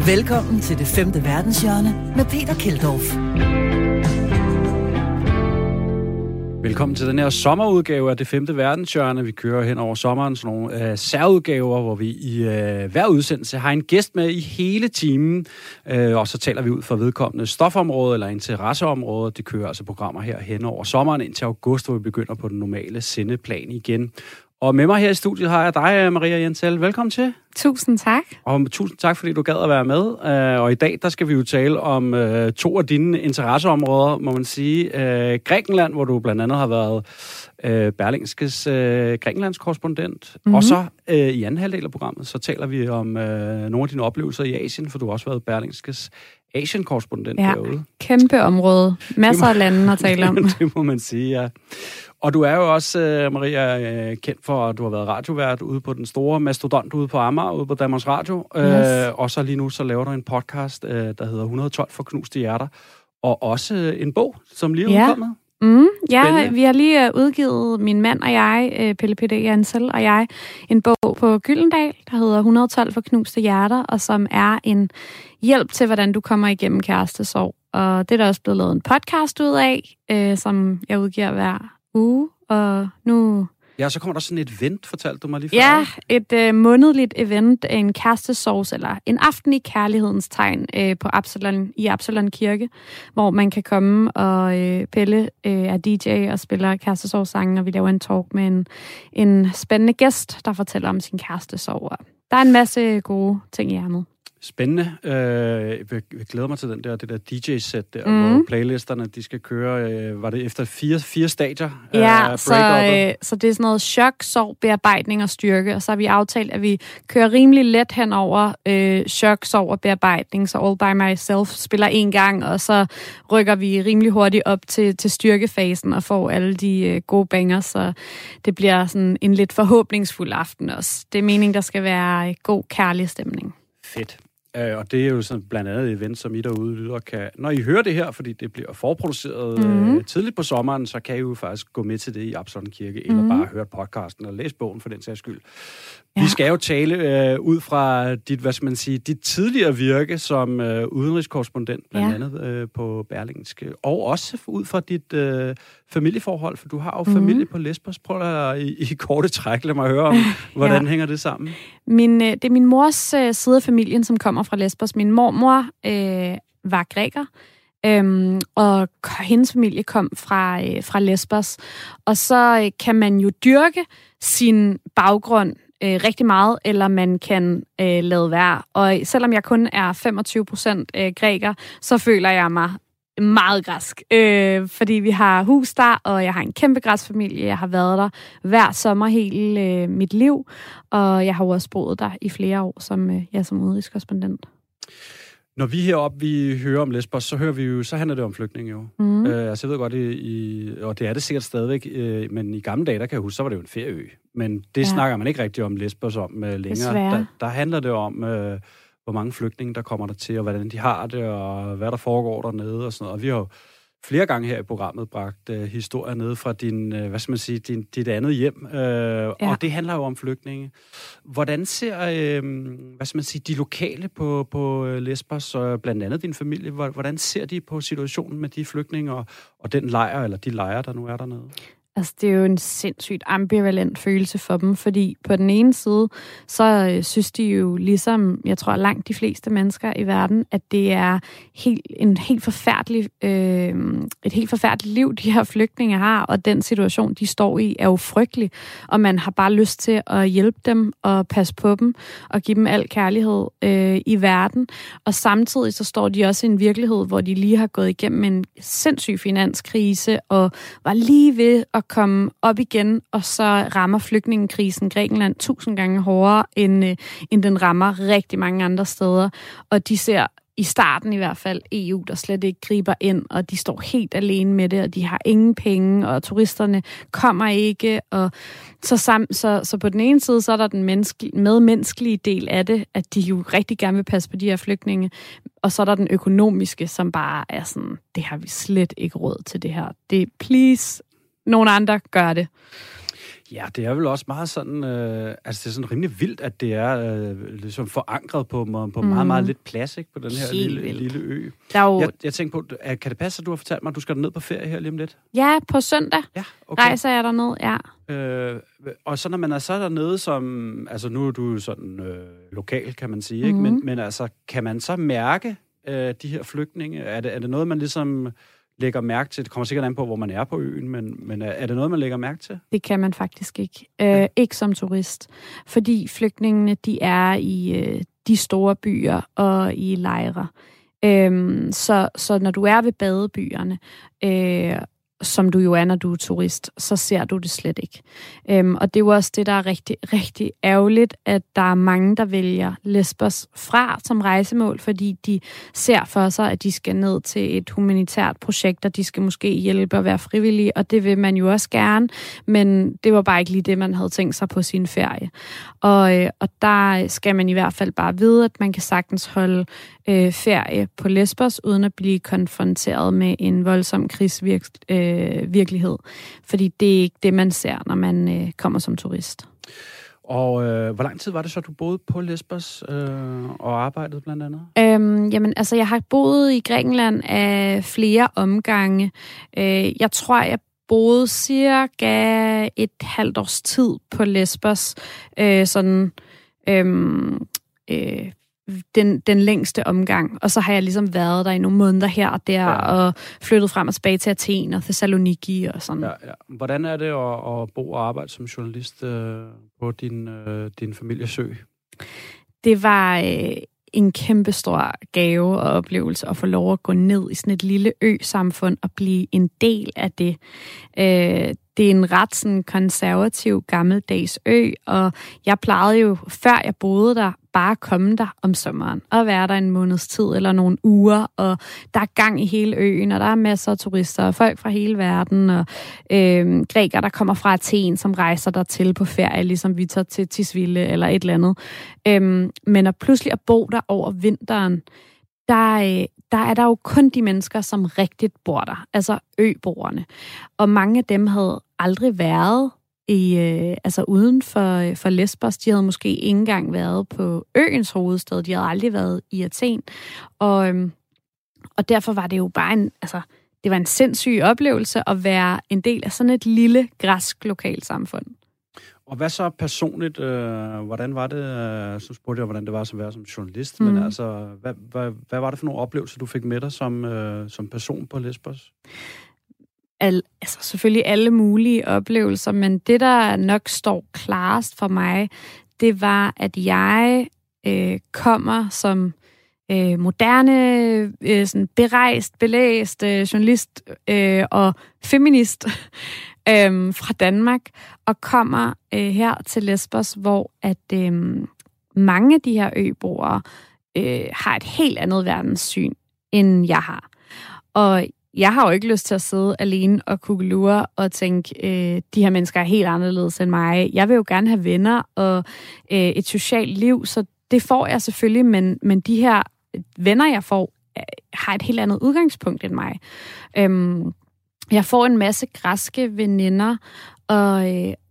Velkommen til Det Femte Verdenshjørne med Peter Keldorf. Velkommen til den her sommerudgave af Det Femte Verdenshjørne. Vi kører hen over sommeren sådan nogle særudgaver, hvor vi i hver udsendelse har en gæst med i hele timen. Og så taler vi ud fra vedkommende stofområde eller interesseområde. Det kører altså programmer her hen over sommeren indtil august, hvor vi begynder på den normale sendeplan igen. Og med mig her i studiet har jeg dig, Maria Jensel. Velkommen til. Tusind tak. Og tusind tak, fordi du gad at være med. Og i dag, der skal vi jo tale om to af dine interesseområder, må man sige. Grækenland, hvor du blandt andet har været Berlingskes Grækenlands-korrespondent. Mm-hmm. Og så i anden halvdel af programmet, så taler vi om nogle af dine oplevelser i Asien, for du har også været Berlingskes Asien-korrespondent derude. Kæmpe område. Masser af lande at tale om. Det må man sige, ja. Og du er jo også, Maria, kendt for, at du har været radiovært ude på den store mastodont ude på Amager, ude på Danmarks Radio. Yes. Og så lige nu, så laver du en podcast, der hedder 112 for knuste hjerter. Og også en bog, som lige er udkommet. Ja, vi har lige udgivet, min mand og jeg, Pelle Peter Jensel og jeg, en bog på Gyldendal, der hedder 112 for knuste hjerter, og som er en hjælp til, hvordan du kommer igennem kærestesorg. Og det er der også blevet lavet en podcast ud af, som jeg udgiver hver uge, og nu... Ja, så kommer der sådan et event, fortalte du mig lige før. Ja, et månedligt event, en kærestesorgs, eller en aften i kærlighedens tegn på Absalon Kirke, hvor man kan komme, og Pelle er DJ og spiller kærestesorgssange, og vi laver en talk med en spændende gæst, der fortæller om sin kærestesorg. Der er en masse gode ting i ærmet. Spændende. Jeg glæder mig til det der DJ-sæt der, hvor playlisterne, de skal køre, var det efter fire stadier? Ja, så det er sådan noget chok, sorg, bearbejdning og styrke, og så har vi aftalt, at vi kører rimelig let hen over chok, sorg og bearbejdning, så All By Myself spiller en gang, og så rykker vi rimelig hurtigt op til styrkefasen og får alle de gode banger, så det bliver sådan en lidt forhåbningsfuld aften også. Det er meningen, der skal være god, kærlig stemning. Fedt. Og det er jo sådan blandt andet et event, som I derude lytter kan... Når I hører det her, fordi det bliver forproduceret tidligt på sommeren, så kan I jo faktisk gå med til det i Absalon Kirke, eller bare høre podcasten og læse bogen for den sags skyld. Ja. Vi skal jo tale ud fra dit tidligere virke som udenrigskorrespondent, blandt andet på Berlingske, og også ud fra dit familieforhold, for du har jo familie på Lesbos. Prøv at i korte træk, lad mig høre om, hvordan hænger det sammen? Det er min mors side af familien, som kommer fra Lesbos. Min mormor var græker, og hendes familie kom fra Lesbos. Og så kan man jo dyrke sin baggrund rigtig meget, eller man kan lade være. Og selvom jeg kun er 25% græker, så føler jeg mig meget græsk, fordi vi har hus der, og jeg har en kæmpe græsfamilie. Jeg har været der hver sommer hele mit liv, og jeg har jo også boet der i flere år som udenrigskorrespondent. Når vi heroppe, vi hører om Lesbos, så handler det om flygtninge jo. Altså jeg ved godt, og det er det sikkert stadigvæk, men i gamle dage, der kan jeg huske, så var det jo en ferieø. Men det snakker man ikke rigtig om Lesbos om længere. Der handler det om, hvor mange flygtninge, der kommer der til, og hvordan de har det, og hvad der foregår dernede og sådan noget. Og vi har jo flere gange her i programmet bragt historier ned fra dit andet hjem. Og det handler jo om flygtninge. Hvordan ser, de lokale på Lesbos, og blandt andet din familie, hvordan ser de på situationen med de flygtninge og den lejr, eller de lejre, der nu er dernede? Altså, det er jo en sindssygt ambivalent følelse for dem, fordi på den ene side, så synes de jo ligesom, jeg tror langt de fleste mennesker i verden, at det er et helt forfærdeligt liv, de her flygtninge har, og den situation, de står i, er jo frygtelig, og man har bare lyst til at hjælpe dem og passe på dem og give dem al kærlighed i verden. Og samtidig så står de også i en virkelighed, hvor de lige har gået igennem en sindssyg finanskrise og var lige ved at komme op igen, og så rammer flygtningekrisen Grækenland 1000 gange hårdere, end den rammer rigtig mange andre steder. Og de ser i starten i hvert fald EU, der slet ikke griber ind, og de står helt alene med det, og de har ingen penge, og turisterne kommer ikke. Og så på den ene side, så er der den medmenneskelige del af det, at de jo rigtig gerne vil passe på de her flygtninge, og så er der den økonomiske, som bare er sådan, det har vi slet ikke råd til det her. Det please, nogen andre gør det. Ja, det er vel også meget sådan, altså det er sådan rimelig vildt, at det er ligesom forankret på meget, meget lidt plads, ikke, på den her lille ø. Jeg tænker på, kan det passe, at du har fortalt mig, at du skal ned på ferie her lige om lidt? Ja, på søndag rejser jeg derned, ja. Og så når man er så dernede som, altså nu er du sådan lokal, kan man sige, ikke? Men altså, kan man så mærke de her flygtninge? Er det noget, man ligesom lægger mærke til? Det kommer sikkert an på, hvor man er på øen, men er det noget, man lægger mærke til? Det kan man faktisk ikke. Ikke som turist. Fordi flygtningene, de er i de store byer og i lejre. Så når du er ved badebyerne, som du jo er, når du er turist, så ser du det slet ikke. Og det er jo også det, der er rigtig, rigtig ærgerligt, at der er mange, der vælger Lesbos fra som rejsemål, fordi de ser for sig, at de skal ned til et humanitært projekt, og de skal måske hjælpe og være frivillige, og det vil man jo også gerne, men det var bare ikke lige det, man havde tænkt sig på sin ferie. Og der skal man i hvert fald bare vide, at man kan sagtens holde ferie på Lesbos, uden at blive konfronteret med en voldsom krigsvirkelighed. Fordi det er ikke det, man ser, når man kommer som turist. Og hvor lang tid var det så, du boede på Lesbos og arbejdede blandt andet? Jamen, altså, jeg har boet i Grækenland af flere omgange. Jeg tror, jeg boede cirka et halvt års tid på Lesbos. Den længste omgang. Og så har jeg ligesom været der i nogle måneder her og der, og flyttet frem og tilbage til Athen og Thessaloniki og sådan. Ja. Hvordan er det at bo og arbejde som journalist på din families ø? Det var en kæmpestor gave og oplevelse at få lov at gå ned i sådan et lille ø-samfund og blive en del af det. Det er en ret sådan konservativ, gammeldags ø, og jeg plejede jo, før jeg boede der, bare at komme der om sommeren og være der en måneds tid eller nogle uger, og der er gang i hele øen, og der er masser af turister og folk fra hele verden, og grækere, der kommer fra Athen, som rejser der til på ferie, ligesom vi tager til Tisvilde eller et eller andet. Men at pludselig at bo der over vinteren, der er der jo kun de mennesker, som rigtigt bor der, altså øboerne. Og mange af dem havde aldrig været uden for Lesbos. De havde måske ikke engang været på øens hovedstad. De havde aldrig været i Athen. Og derfor var det jo bare det var en sindssyg oplevelse at være en del af sådan et lille græsk lokalsamfund. Og hvad så personligt, hvordan var det, så spurgte jeg, hvordan det var at være som journalist, men altså, hvad var det for nogle oplevelser, du fik med dig som person på Lesbos? Selvfølgelig alle mulige oplevelser, men det, der nok står klarest for mig, det var, at jeg kommer som moderne, sådan berejst, belæst journalist og feminist fra Danmark, og kommer her til Lesbos, hvor at mange af de her øboere har et helt andet verdenssyn, end jeg har. Og jeg har jo ikke lyst til at sidde alene og kugelure og tænke, de her mennesker er helt anderledes end mig. Jeg vil jo gerne have venner og et socialt liv, så det får jeg selvfølgelig, men de her venner, jeg får, har et helt andet udgangspunkt end mig. Jeg får en masse græske veninder, og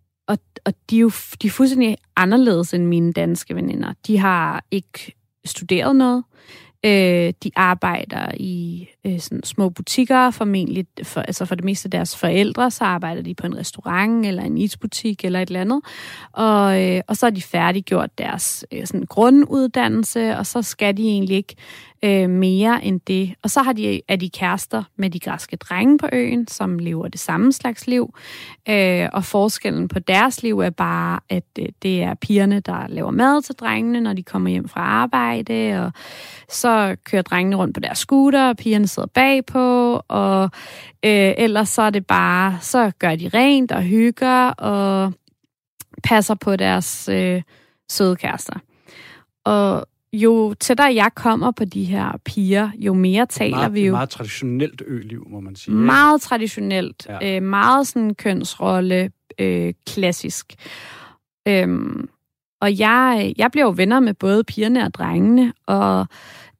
de er fuldstændig anderledes end mine danske veninder. De har ikke studeret noget. De arbejder i sådan små butikker, formentlig for det meste deres forældre, så arbejder de på en restaurant eller en isbutik eller et eller andet. Og så har de færdiggjort deres sådan grunduddannelse, og så skal de egentlig ikke mere end det. Og så er de kærester med de græske drenge på øen, som lever det samme slags liv. Og forskellen på deres liv er bare, at det er pigerne, der laver mad til drengene, når de kommer hjem fra arbejde, og så kører drengene rundt på deres scooter, og pigerne sidder bagpå, og ellers så er det bare, så gør de rent og hygger, og passer på deres søde kærester. Og jo tættere jeg kommer på de her piger, jo mere taler vi jo. Meget traditionelt øliv, må man sige. Meget traditionelt. Ja. Meget sådan kønsrolle, klassisk. Og jeg bliver jo venner med både pigerne og drengene, og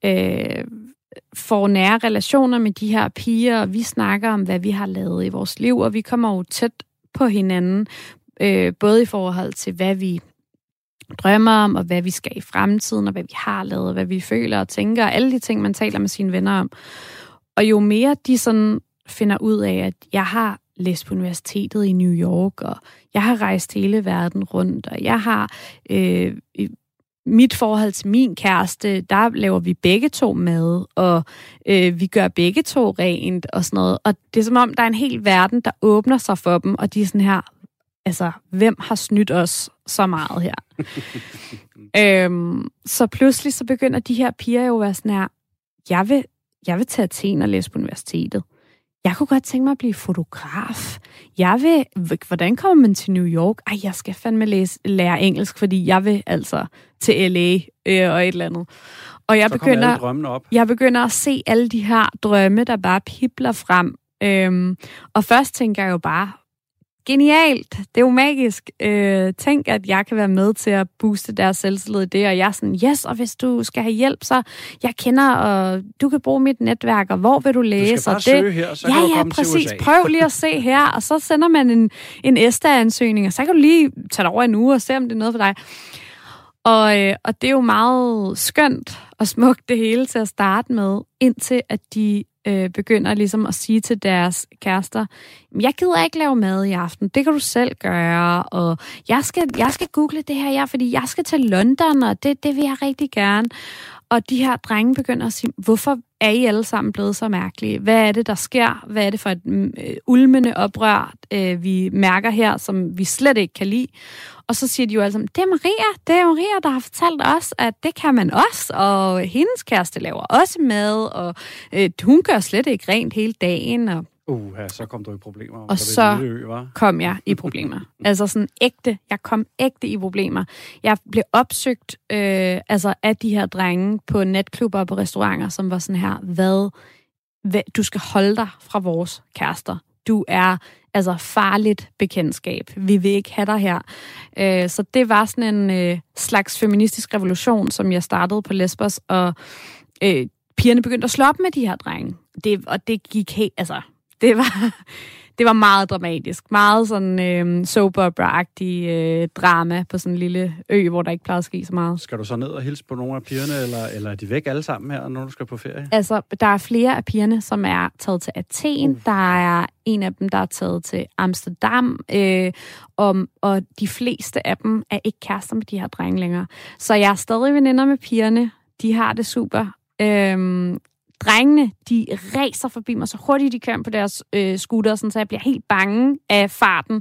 får nære relationer med de her piger, og vi snakker om, hvad vi har lavet i vores liv, og vi kommer jo tæt på hinanden, både i forhold til, hvad vi drømmer om, og hvad vi skal i fremtiden, og hvad vi har lavet, og hvad vi føler og tænker, og alle de ting, man taler med sine venner om. Og jo mere de sådan finder ud af, at jeg har læst på universitetet i New York, og jeg har rejst hele verden rundt, og jeg har mit forhold til min kæreste, der laver vi begge to mad, og vi gør begge to rent, og sådan noget. Og det er som om, der er en hel verden, der åbner sig for dem, og de er sådan her, altså, hvem har snydt os så meget her? Så pludselig så begynder de her piger jo at være sådan her, jeg vil tage Athen og læse på universitetet. Jeg kunne godt tænke mig at blive fotograf. Hvordan kommer man til New York? Jeg skal fandme lære engelsk, fordi jeg vil altså til LA og et eller andet. Og jeg begynder at se alle de her drømme, der bare pibler frem. Og først tænker jeg jo bare, genialt, det er jo magisk. Tænk, at jeg kan være med til at booste deres selvtillid i det, og jeg er sådan, yes, og hvis du skal have hjælp, så jeg kender, og du kan bruge mit netværk, og hvor vil du læse? Du skal bare søge her, så kan du komme præcis. til USA. Prøv lige at se her, og så sender man en ESTA-ansøgning, og så kan du lige tage dig over en uge og se, om det er noget for dig. Og det er jo meget skønt og smukt det hele til at starte med, indtil at de begynder ligesom at sige til deres kærester, jeg gider ikke lave mad i aften, det kan du selv gøre, og jeg skal google det her, fordi jeg skal til London, og det vil jeg rigtig gerne. Og de her drenge begynder at sige, hvorfor er I alle sammen blevet så mærkelige? Hvad er det, der sker? Hvad er det for et ulmende oprør, vi mærker her, som vi slet ikke kan lide? Og så siger de jo alle sammen, det er Maria, der har fortalt os, at det kan man også, og hendes kæreste laver også mad, og hun gør slet ikke rent hele dagen, og så kom du i problemer. Og så kom jeg i problemer. Altså sådan ægte. Jeg kom ægte i problemer. Jeg blev opsøgt af de her drenge på natklubber og på restauranter, som var sådan her, hvad du skal holde dig fra vores kærester. Du er farligt bekendtskab. Vi vil ikke have dig her. Så det var sådan en slags feministisk revolution, som jeg startede på Lesbos, og pigerne begyndte at slå op med de her drenge. Det gik helt, det var meget dramatisk. Meget sådan soap opera-agtig drama på sådan en lille ø, hvor der ikke plejer at ske så meget. Skal du så ned og hilse på nogle af pigerne, eller er de væk alle sammen her, når du skal på ferie? Der er flere af pigerne, som er taget til Athen. Der er en af dem, der er taget til Amsterdam. Og de fleste af dem er ikke kærester med de her drenge længere. Så jeg er stadig veninder med pigerne. De har det super. Drengene, de ræser forbi mig så hurtigt, de kører på deres scooter, sådan, så jeg bliver helt bange af farten.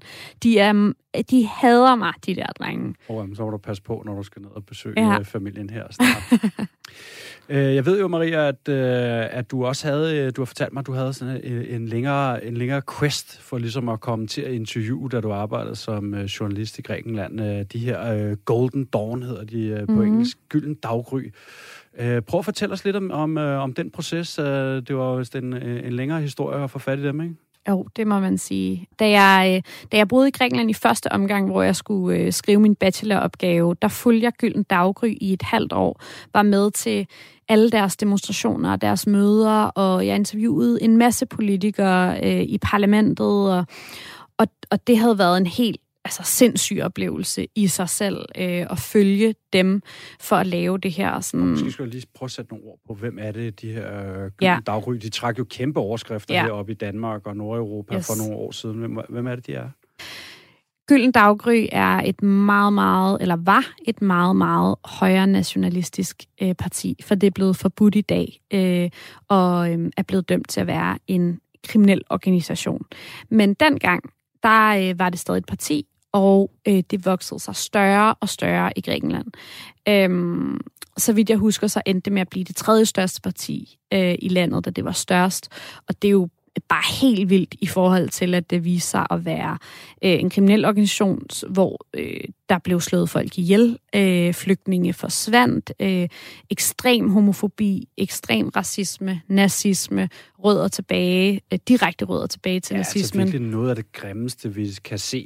De hader mig, de der drenge. Så må du passe på, når du skal ned og besøge familien her snart. Jeg ved jo, Maria, at du også havde, du har fortalt mig, at du havde sådan en længere quest for ligesom at komme til at interviewe, da du arbejdede som journalist i Grækenland. De her Golden Dawn hedder de på engelsk, Gylden Daggry. Prøv at fortælle os lidt om den proces. Det var vist en længere historie at få fat i dem, ikke? Jo, det må man sige. Da jeg boede i Grækenland i første omgang, hvor jeg skulle skrive min bacheloropgave, der fulgte jeg Gylden Daggry i et halvt år, var med til alle deres demonstrationer og deres møder, og jeg interviewede en masse politikere i parlamentet, og det havde været en helt sindssyg oplevelse i sig selv at følge dem for at lave det her. Sådan. Måske skal jeg lige prøve at sætte nogle ord på, hvem er det, de her Gylden Daggry, de trak jo kæmpe overskrifter heroppe i Danmark og Nordeuropa for nogle år siden. Hvem er det, de er? Gylden Daggry er var et meget, meget højre nationalistisk parti, for det er blevet forbudt i dag og er blevet dømt til at være en kriminel organisation. Men dengang, der var det stadig et parti, og det voksede sig større og større i Grækenland. Så vidt jeg husker, så endte det med at blive det tredje største parti i landet, da det var størst. Og det er jo bare helt vildt i forhold til, at det viser sig at være en kriminel organisation, hvor der blev slået folk ihjel, flygtninge forsvandt, ekstrem homofobi, ekstrem racisme, nazisme, direkte rødder tilbage til nazismen. Altså virkelig noget af det grimmeste, vi kan se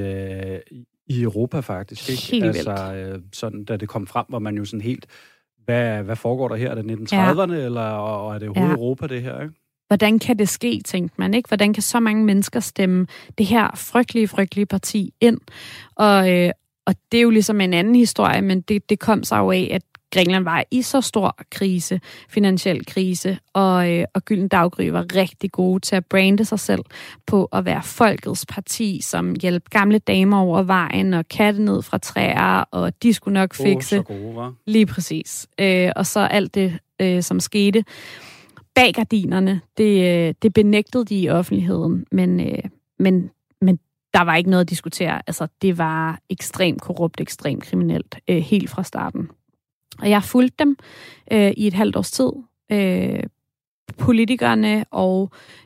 i Europa faktisk. Ikke? Helt vildt. Sådan, da det kom frem, hvor man jo sådan helt, hvad foregår der her? Er det 1930'erne, eller og er det overhovedet Europa, det her, ikke? hvordan kan det ske, tænkte man, ikke? Hvordan kan så mange mennesker stemme det her frygtelige parti ind? Og det er jo ligesom en anden historie, men det kom sig jo af, at Grækenland var i så stor krise, finansiel krise, og Gyldent Daggry var rigtig gode til at brande sig selv på at være folkets parti, som hjalp gamle damer over vejen og katte ned fra træer, og de skulle nok fikse. Så gode, hva'? Lige præcis. Og så alt det, som skete bag gardinerne, det benægtede de i offentligheden, men der var ikke noget at diskutere. Altså, det var ekstremt korrupt, ekstremt kriminelt, helt fra starten. Og jeg fulgte dem i et halvt års tid. Politikerne og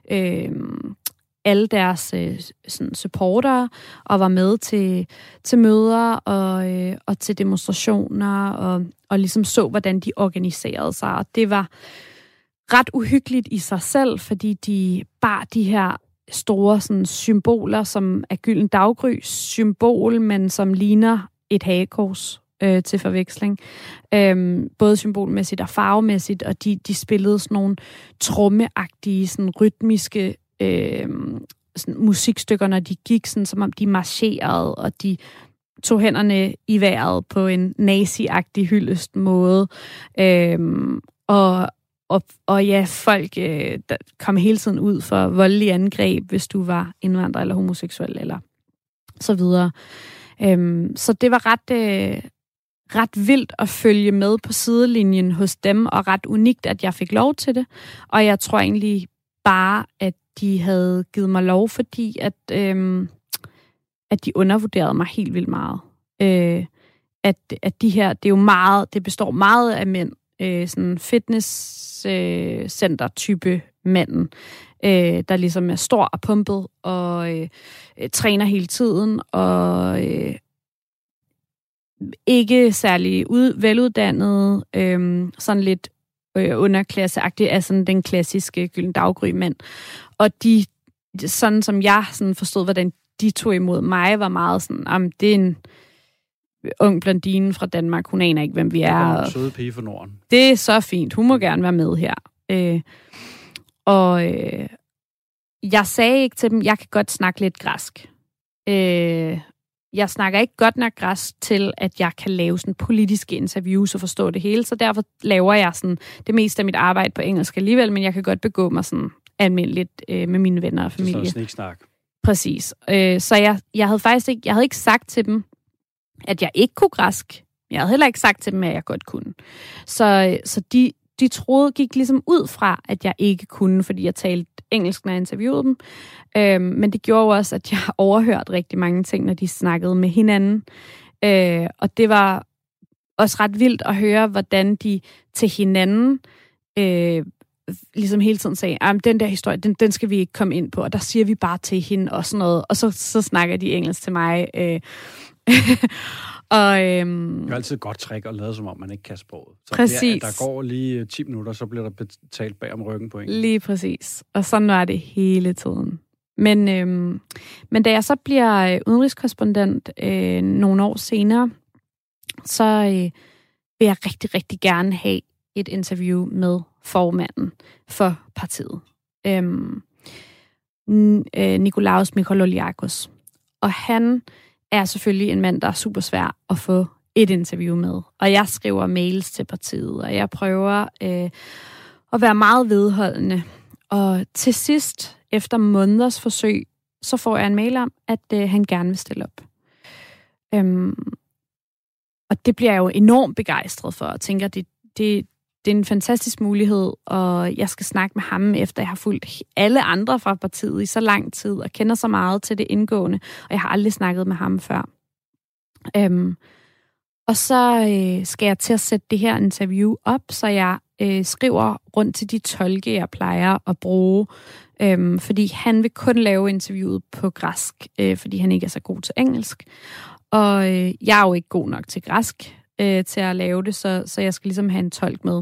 alle deres sådan supportere, og var med til møder og til demonstrationer, og ligesom så, hvordan de organiserede sig. Og det var ret uhyggeligt i sig selv, fordi de bar de her store sådan, symboler, som er Gyldent Daggry symbol, men som ligner et hagekors til forveksling. Både symbolmæssigt og farvemæssigt, og de spillede sådan nogle trommeagtige, sådan rytmiske sådan musikstykker, når de gik, sådan, som om de marcherede, og de tog hænderne i vejret på en nazi-agtig hyldest måde. Og ja, folk der kom hele tiden ud for voldelige angreb, hvis du var indvandrer eller homoseksuel eller så videre. Så det var ret vildt at følge med på sidelinjen hos dem, og ret unikt, at jeg fik lov til det. Og jeg tror egentlig bare, at de havde givet mig lov, fordi at de undervurderede mig helt vildt meget. At de her, det er jo meget, det består meget af mænd, sådan fitness-center-type manden, der ligesom er stor og pumpet, og træner hele tiden, og ikke særlig veluddannet, sådan lidt underklasseagtig af sådan den klassiske Gyldent Daggry-mand. Og de, sådan som jeg sådan forstod, hvordan de tog imod mig, var meget sådan, det er en ung blondine fra Danmark, hun aner ikke, hvem vi er. Det er en søde pige fra Norden. Det er så fint, hun må gerne være med her. Jeg sagde ikke til dem, jeg kan godt snakke lidt græsk. Jeg snakker ikke godt nok græsk til, at jeg kan lave sådan politiske interviews og forstå det hele, så derfor laver jeg sådan det meste af mit arbejde på engelsk alligevel, men jeg kan godt begå mig sådan almindeligt med mine venner og familie. Det er sådan en sniksnak. Præcis. Så jeg havde ikke sagt til dem, at jeg ikke kunne græsk. Jeg havde heller ikke sagt til dem, at jeg godt kunne. Så de gik ligesom ud fra, at jeg ikke kunne, fordi jeg talte engelsk, når jeg interviewede dem. Men det gjorde også, at jeg overhørte rigtig mange ting, når de snakkede med hinanden. Og det var også ret vildt at høre, hvordan de til hinanden ligesom hele tiden sagde, den der historie, den skal vi ikke komme ind på, og der siger vi bare til hende og sådan noget. Og så snakker de engelsk til mig. Og, det er altid et godt trick at lade, som om man ikke kan sproget. Så præcis. Der går lige 10 minutter, så bliver der betalt bag om ryggen på en. Lige præcis. Og sådan var det hele tiden. Men da jeg så bliver udenrigskorrespondent nogle år senere, så vil jeg rigtig, rigtig gerne have et interview med formanden for partiet. Nikolaos Mikololiakos. Og han er selvfølgelig en mand, der er super svær at få et interview med. Og jeg skriver mails til partiet, og jeg prøver at være meget vedholdende. Og til sidst, efter måneders forsøg, så får jeg en mail om, at han gerne vil stille op. Og det bliver jeg jo enormt begejstret for, og tænker, det er en fantastisk mulighed, og jeg skal snakke med ham, efter jeg har fulgt alle andre fra partiet i så lang tid, og kender så meget til det indgående, og jeg har aldrig snakket med ham før. Og så skal jeg til at sætte det her interview op, så jeg skriver rundt til de tolke, jeg plejer at bruge, fordi han vil kun lave interviewet på græsk, fordi han ikke er så god til engelsk. Og jeg er jo ikke god nok til græsk til at lave det, så jeg skal ligesom have en tolk med.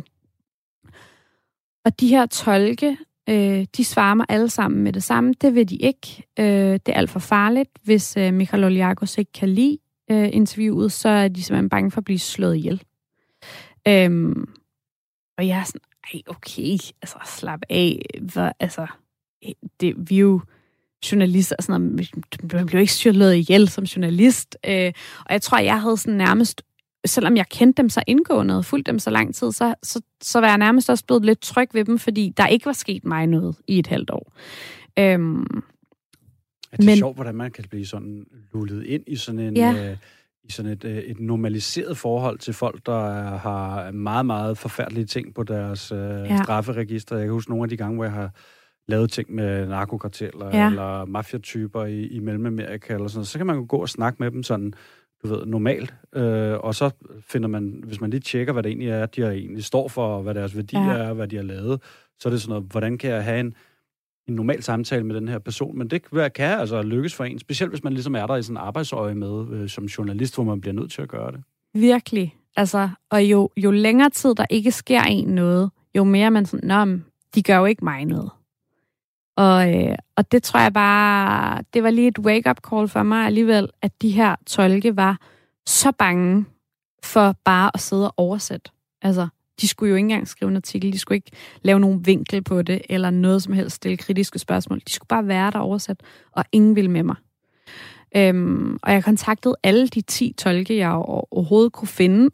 Og de her tolke, de svarer mig alle sammen med det samme. Det vil de ikke. Det er alt for farligt. Hvis Mikololiakos ikke kan lide interviewet, så er de simpelthen bange for at blive slået ihjel. Og jeg er sådan, ej, okay, altså slap af. Vi er jo journalister, sådan noget, man blev ikke slået ihjel som journalist. Og jeg tror, jeg havde sådan nærmest, selvom jeg kendte dem så indgående og fulgte dem så lang tid, så var jeg nærmest også blevet lidt tryg ved dem, fordi der ikke var sket mig noget i et halvt år. Det er sjovt, hvordan man kan blive sådan lullet ind i sådan en... Ja. I sådan et normaliseret forhold til folk, der har meget, meget forfærdelige ting på deres strafferegister. Jeg kan huske nogle af de gange, hvor jeg har lavet ting med narkokarteller eller mafiatyper i Mellemamerika eller sådan noget. Så kan man jo gå og snakke med dem sådan, du ved, normalt. Og så finder man, hvis man lige tjekker, hvad det egentlig er, de egentlig står for, hvad deres værdier er, hvad de har lavet, så er det sådan noget, hvordan kan jeg have en normal samtale med den her person, men det kan altså lykkes for en, specielt hvis man ligesom er der i sådan en arbejdsøje med som journalist, hvor man bliver nødt til at gøre det. Virkelig. Altså, og jo længere tid, der ikke sker en noget, jo mere man sådan, de gør jo ikke mig noget. Og det tror jeg bare, det var lige et wake-up call for mig alligevel, at de her tolke var så bange for bare at sidde og oversætte. Altså, de skulle jo ikke engang skrive en artikel, de skulle ikke lave nogen vinkel på det, eller noget som helst stille kritiske spørgsmål. De skulle bare være der oversat, og ingen ville med mig. Og jeg kontaktede alle de 10 tolke, jeg overhovedet kunne finde.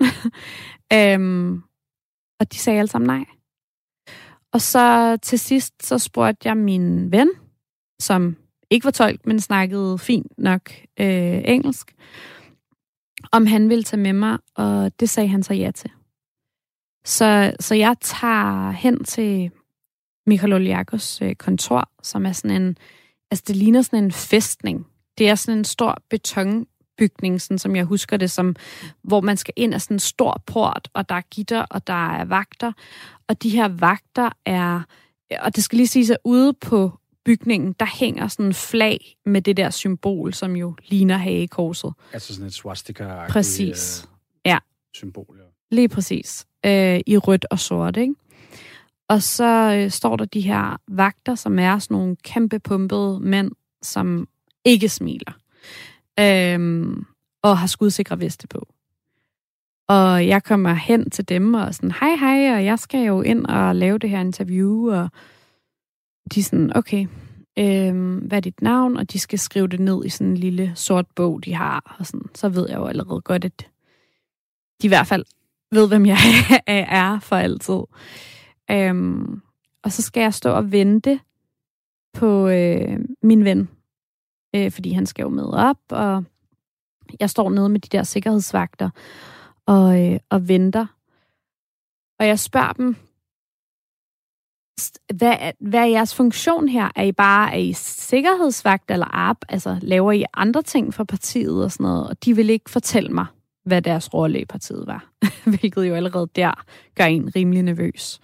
Og de sagde alle sammen nej. Og så til sidst, så spurgte jeg min ven, som ikke var tolk, men snakkede fint nok engelsk, om han ville tage med mig, og det sagde han så ja til. Så jeg tager hen til Michael Oljakos kontor, som er sådan en, altså det ligner sådan en fæstning. Det er sådan en stor betonbygning, sådan som jeg husker det, som, hvor man skal ind af sådan en stor port, og der er gitter, og der er vagter. Og de her vagter er, og det skal lige siges, at ude på bygningen, der hænger sådan en flag med det der symbol, som jo ligner hagekorset. Altså sådan et swastika-agtigt præcis. Symbol, ja. Lige præcis. I rødt og sort, ikke? Og så står der de her vagter, som er sådan nogle kæmpe pumpede mænd, som ikke smiler. Og har skudsikre veste på. Og jeg kommer hen til dem og sådan, hej, og jeg skal jo ind og lave det her interview, og de er sådan, okay, hvad er dit navn? Og de skal skrive det ned i sådan en lille sort bog, de har, og sådan, så ved jeg jo allerede godt, at de i hvert fald ved, hvem jeg er for altid. Og så skal jeg stå og vente på min ven, fordi han skal jo med op, og jeg står nede med de der sikkerhedsvagter og venter. Og jeg spørger dem, hvad er jeres funktion her? Er I sikkerhedsvagt eller altså laver I andre ting for partiet og sådan noget? Og de vil ikke fortælle mig, hvad deres rolle i partiet var. Hvilket jo allerede der gør en rimelig nervøs.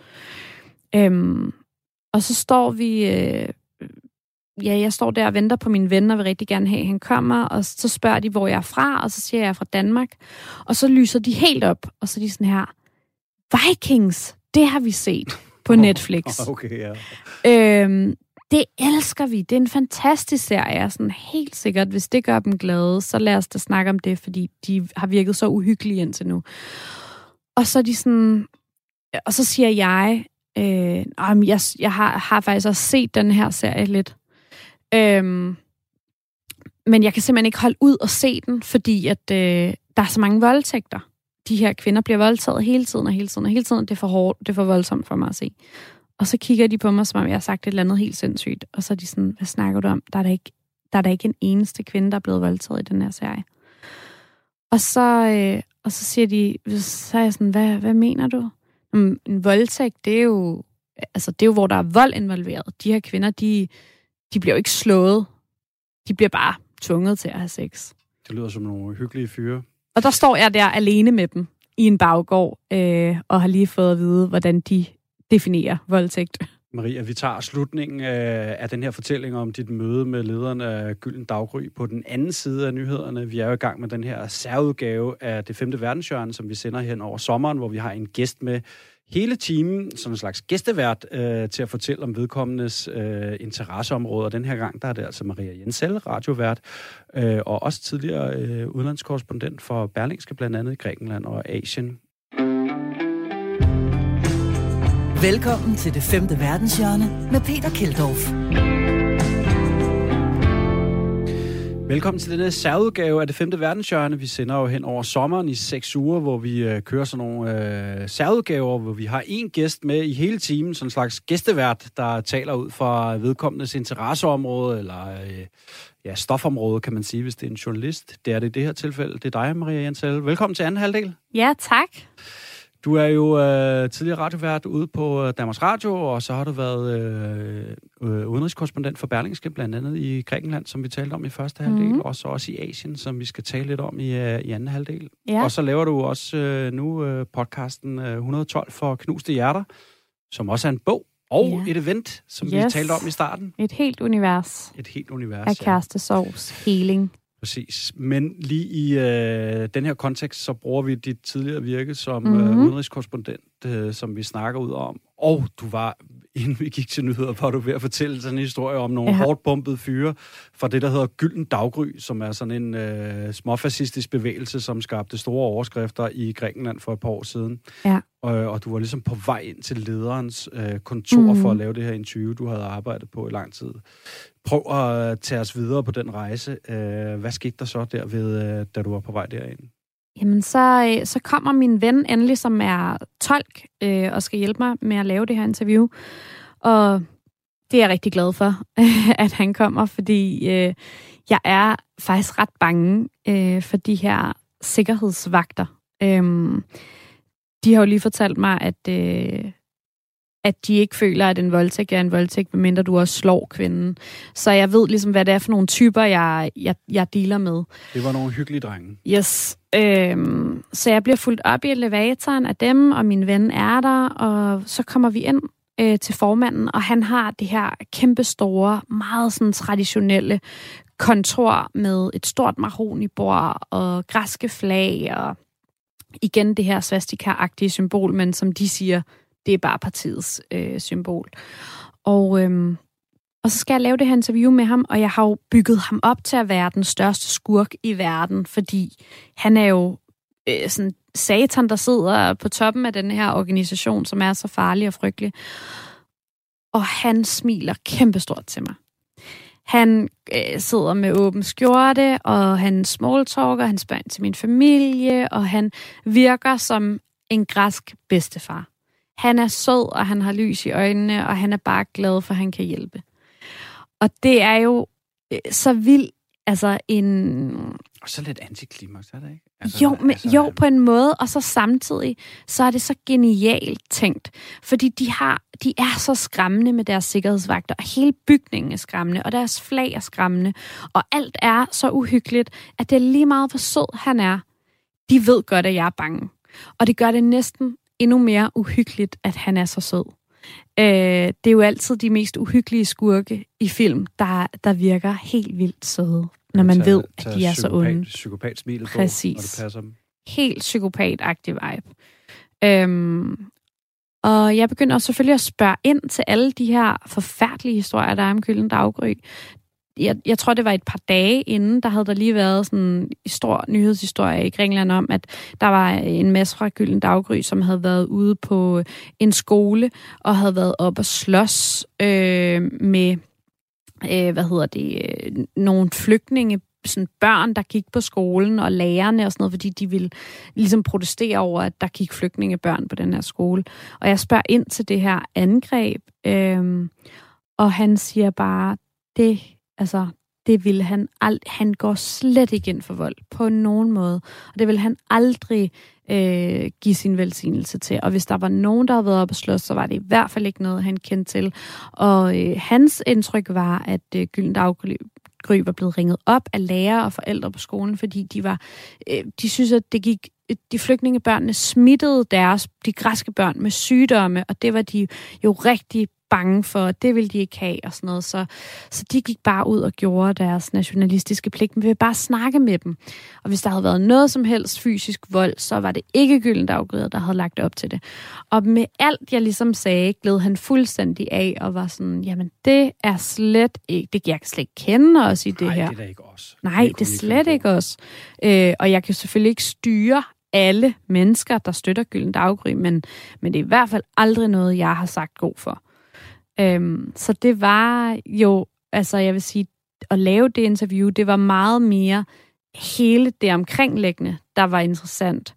Og så står vi... jeg står der og venter på min ven, og vil rigtig gerne have, at han kommer. Og så spørger de, hvor jeg er fra, og så siger jeg, fra Danmark. Og så lyser de helt op, og så er de sådan her, Vikings, det har vi set på Netflix. Okay, ja. Det elsker vi. Det er en fantastisk serie. Sådan helt sikkert, hvis det gør dem glade, så lad os da snakke om det, fordi de har virket så uhyggelige indtil nu. Og så er de sådan... Og så siger jeg har faktisk også set den her serie lidt. Men jeg kan simpelthen ikke holde ud og se den, fordi at der er så mange voldtægter. De her kvinder bliver voldtaget hele tiden. Det er for hårdt, det er for voldsomt for mig at se. Og så kigger de på mig, som om jeg har sagt et eller andet helt sindssygt. Og så er de sådan, hvad snakker du om? Der er der ikke en eneste kvinde, der er blevet voldtaget i den her serie. Og så siger de, så er jeg sådan, hvad mener du? En voldtægt, det er jo, hvor der er vold involveret. De her kvinder, de bliver jo ikke slået. De bliver bare tvunget til at have sex. Det lyder som nogle hyggelige fyre. Og der står jeg der alene med dem i en baggård, og har lige fået at vide, hvordan de definerer voldtægt. Maria, vi tager slutningen af den her fortælling om dit møde med lederen af Gylden Daggry på den anden side af nyhederne. Vi er jo i gang med den her særudgave af det 5. verdenshjørne, som vi sender hen over sommeren, hvor vi har en gæst med hele timen, som en slags gæstevært, til at fortælle om vedkommendes interesseområder. Den her gang, der er det altså Maria Jensel, radiovært, og også tidligere udlandskorrespondent for Berlingske, blandt andet i Grækenland og Asien. Velkommen til Det 5. Verdenshjørne med Peter Keldorf. Velkommen til denne særudgave af Det 5. Verdenshjørne. Vi sender jo hen over sommeren i 6 uger, hvor vi kører sådan nogle særudgaver, hvor vi har en gæst med i hele timen, sådan en slags gæstevært, der taler ud fra vedkommendes interesseområde, eller stofområde, kan man sige, hvis det er en journalist. Det er det i det her tilfælde. Det er dig, Maria Jensel. Velkommen til anden halvdel. Ja, tak. Du er jo tidligere radiovært ude på Danmarks Radio, og så har du været udenrigskorrespondent for Berlingske, blandt andet i Grækenland, som vi talte om i første halvdel, og så også i Asien, som vi skal tale lidt om i anden halvdel. Ja. Og så laver du også nu podcasten 112 for Knuste Hjerter, som også er en bog og et event, som vi talte om i starten. Et helt univers. Et helt univers, af kærestesorgs healing. Præcis. Men lige i den her kontekst, så bruger vi dit tidligere virke som udenrigskorrespondent, som vi snakker ud om. Og du var, inden vi gik til nyheder, var du ved at fortælle sådan en historie om nogle hårdt pumpede fyre fra det, der hedder Gylden Daggry, som er sådan en småfascistisk bevægelse, som skabte store overskrifter i Grækenland for et par år siden. Ja. Og du var ligesom på vej ind til lederens kontor for at lave det her interview, du havde arbejdet på i lang tid. Prøv at tage os videre på den rejse. Hvad skete der så derved, da du var på vej derind? Jamen, så kommer min ven endelig, som er tolk, og skal hjælpe mig med at lave det her interview. Og det er jeg rigtig glad for, at han kommer, fordi jeg er faktisk ret bange for de her sikkerhedsvagter. De har jo lige fortalt mig, at de ikke føler, at en voldtægt er en voldtægt, medmindre du også slår kvinden. Så jeg ved ligesom, hvad det er for nogle typer, jeg dealer med. Det var nogle hyggelige drenge. Yes. Så jeg bliver fulgt op i elevatoren af dem, og min ven er der, og så kommer vi ind til formanden, og han har det her kæmpestore, meget sådan traditionelle kontor med et stort mahognibord og græske flag, og igen det her svastika-agtige symbol, men som de siger, det er bare partiets symbol. Og så skal jeg lave det her interview med ham, og jeg har jo bygget ham op til at være den største skurk i verden, fordi han er jo sådan satan, der sidder på toppen af den her organisation, som er så farlig og frygtelig. Og han smiler kæmpestort til mig. Han sidder med åben skjorte, og han smalltalker, han spørger til min familie, og han virker som en græsk bedstefar. Han er sød, og han har lys i øjnene, og han er bare glad for, at han kan hjælpe. Og det er jo så vildt, altså en... Og så lidt antiklimaks, er det ikke? Altså, jo, på en måde, og så samtidig, så er det så genialt tænkt. Fordi de er så skræmmende med deres sikkerhedsvagter, og hele bygningen er skræmmende, og deres flag er skræmmende, og alt er så uhyggeligt, at det er lige meget, hvor sød han er. De ved godt, at jeg er bange. Og det gør det næsten endnu mere uhyggeligt, at han er så sød. Det er jo altid de mest uhyggelige skurke i film, der virker helt vildt søde, når man ved, at de er så onde. Psykopat-smilet på, præcis. Når det passer dem. Helt psykopat-agtig vibe. Og jeg begynder selvfølgelig at spørge ind til alle de her forfærdelige historier, der er om Gylden Daggry. Jeg tror, det var et par dage inden, der havde der lige været sådan en stor nyhedshistorie i Grækenland om, at der var en masse fra Gylden Daggry, som havde været ude på en skole og havde været op og slås med nogle flygtninge, sådan børn, der gik på skolen, og lærerne og sådan noget, fordi de ville ligesom protestere over, at der gik flygtningebørn på den her skole. Og jeg spørger ind til det her angreb, og han siger bare, det vil han går slet ikke ind for vold på nogen måde, og det vil han aldrig give sin velsignelse til. Og hvis der var nogen, der havde været oppe at slås, så var det i hvert fald ikke noget, han kendte til. Og hans indtryk var, at Gylden Daggry var blevet ringet op af lærere og forældre på skolen, fordi de synes, at de flygtningebørnene smittede de græske børn med sygdomme, og det var de jo rigtig bange for, det ville de ikke have og sådan noget. Så de gik bare ud og gjorde deres nationalistiske pligt, men vi vil bare snakke med dem. Og hvis der havde været noget som helst fysisk vold, så var det ikke Gylden Daggry, der havde lagt op til det. Og med alt, jeg ligesom sagde, gled han fuldstændig af og var sådan, jamen det er slet ikke, jeg kan slet ikke kende os i det her. Nej, det er da ikke os. Nej, det er slet ikke os. Og jeg kan selvfølgelig ikke styre alle mennesker, der støtter Gyldent Daggry, men det er i hvert fald aldrig noget, jeg har sagt god for. Så det var jo, altså jeg vil sige, at lave det interview, det var meget mere hele det omkringliggende, der var interessant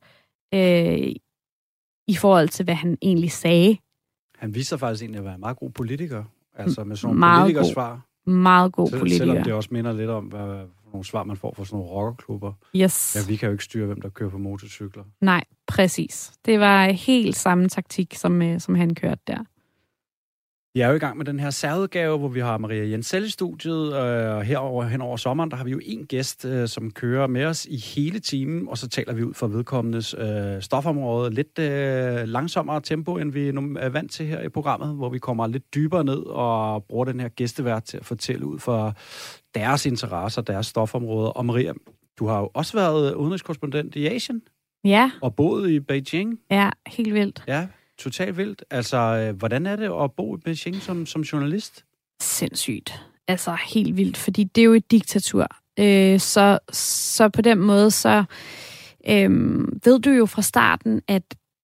i forhold til, hvad han egentlig sagde. Han viser faktisk egentlig at være en meget god politiker. Altså med sådan nogle politikersvar. Meget god politiker. Selvom det også minder lidt om, hvad nogle svar, man får fra sådan nogle rockerklubber. Yes. Ja, vi kan jo ikke styre, hvem der kører på motorcykler. Nej, præcis. Det var helt samme taktik, som han kørte der. Vi er jo i gang med den her særudgave, hvor vi har Maria Jensel i studiet, og hen over sommeren, der har vi jo en gæst, som kører med os i hele timen, og så taler vi ud fra vedkommendes stofområde. Lidt langsommere tempo, end vi er vant til her i programmet, hvor vi kommer lidt dybere ned og bruger den her gæstevært til at fortælle ud fra deres interesser, deres stofområder. Og Maria, du har jo også været udenrigskorrespondent i Asien. Ja. Og boet i Beijing. Ja, helt vildt. Ja. Totalt vildt. Altså, hvordan er det at bo i Beijing som journalist? Sindssygt. Altså, helt vildt, fordi det er jo et diktatur. Så på den måde, så ved du jo fra starten, at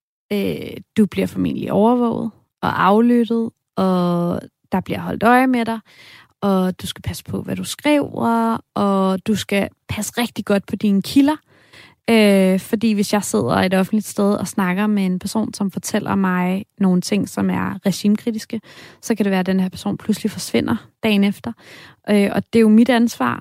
du bliver formentlig overvåget og aflyttet, og der bliver holdt øje med dig, og du skal passe på, hvad du skriver, og du skal passe rigtig godt på dine kilder. Fordi hvis jeg sidder et offentligt sted og snakker med en person, som fortæller mig nogle ting, som er regimekritiske, så kan det være, at den her person pludselig forsvinder dagen efter. Og det er jo mit ansvar.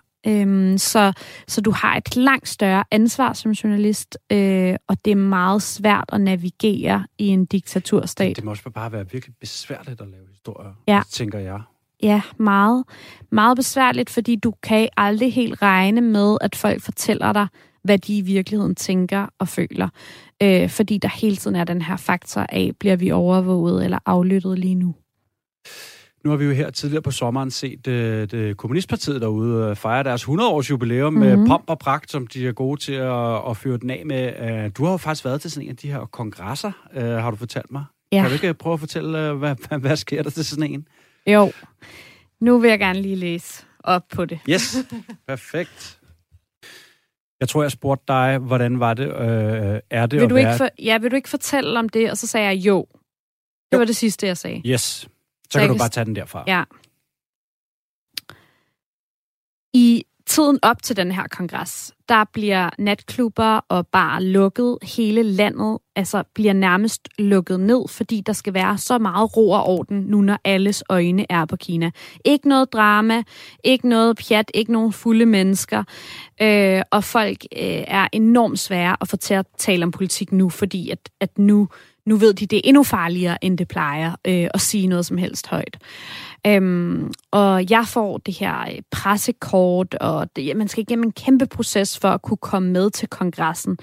Så du har et langt større ansvar som journalist, og det er meget svært at navigere i en diktaturstat. Det må også bare være virkelig besværligt at lave historier, ja. Tænker jeg. Ja, meget. Meget besværligt, fordi du kan aldrig helt regne med, at folk fortæller dig, hvad de i virkeligheden tænker og føler. Fordi der hele tiden er den her faktor af, bliver vi overvåget eller aflyttet lige nu? Nu har vi jo her tidligere på sommeren set det Kommunistpartiet derude fejre deres 100-års jubilæum med pomp og pragt, som de er gode til at fyre den af med. Du har jo faktisk været til sådan en af de her kongresser, har du fortalt mig. Ja. Kan du ikke prøve at fortælle, hvad sker der til sådan en? Jo, nu vil jeg gerne lige læse op på det. Yes, perfekt. Jeg tror, jeg spurgte dig, hvordan var det, er det vil du ikke fortælle om det? Og så sagde jeg jo. Det var det sidste, jeg sagde. Yes. Så kan du bare tage den derfra. Ja. I tiden op til den her kongres, der bliver natklubber og barer lukket. Hele landet bliver nærmest lukket ned, fordi der skal være så meget ro og orden nu, når alles øjne er på Kina. Ikke noget drama, ikke noget pjat, ikke nogen fulde mennesker. Og folk er enormt svære at få til at tale om politik nu, fordi at nu ved de, det er endnu farligere, end det plejer at sige noget som helst højt. Og jeg får det her pressekort, og man skal igennem en kæmpe proces for at kunne komme med til kongressen.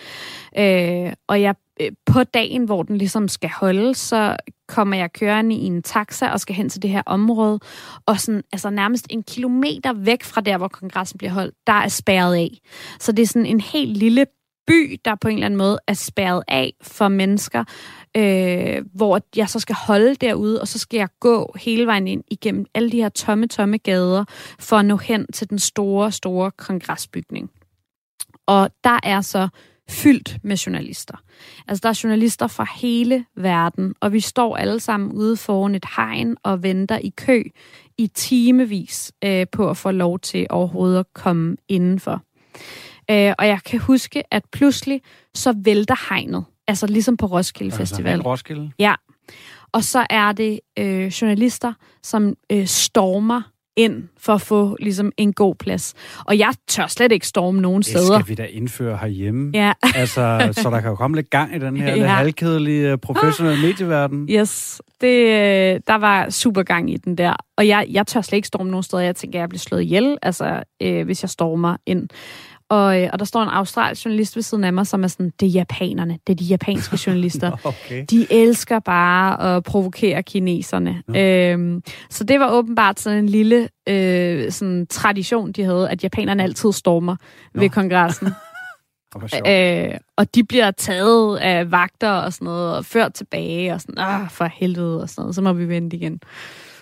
Og jeg på dagen, hvor den ligesom skal holde, så kommer jeg kørende i en taxa og skal hen til det her område, og sådan, nærmest en kilometer væk fra der, hvor kongressen bliver holdt, der er spærret af. Så det er sådan en helt lille by, der på en eller anden måde er spærret af for mennesker, hvor jeg så skal holde derude, og så skal jeg gå hele vejen ind igennem alle de her tomme gader, for at nå hen til den store kongresbygning. Og der er så fyldt med journalister. Altså, der er journalister fra hele verden, og vi står alle sammen ude foran et hegn og venter i kø i timevis på at få lov til overhovedet at komme indenfor. Og jeg kan huske, at pludselig så vælter hegnet. Altså ligesom på Roskilde Festival. Altså Roskilde? Ja. Og så er det journalister, som stormer ind for at få ligesom en god plads. Og jeg tør slet ikke storme nogen steder. Det skal vi da indføre herhjemme. Ja. Altså, så der kan jo komme lidt gang i den her lidt halvkedelige professionelle medieverden. Yes. Der var super gang i den der. Og jeg tør slet ikke storme nogen steder. Jeg tænker, jeg bliver slået ihjel, hvis jeg stormer ind. Og der står en australsk journalist ved siden af mig, som er sådan, det er japanerne, det er de japanske journalister. Okay. De elsker bare at provokere kineserne. Så det var åbenbart sådan en lille sådan tradition, de havde, at japanerne altid stormer ved kongressen. Og de bliver taget af vagter og sådan noget, og ført tilbage, og sådan, for helvede, og sådan noget, så må vi vente igen.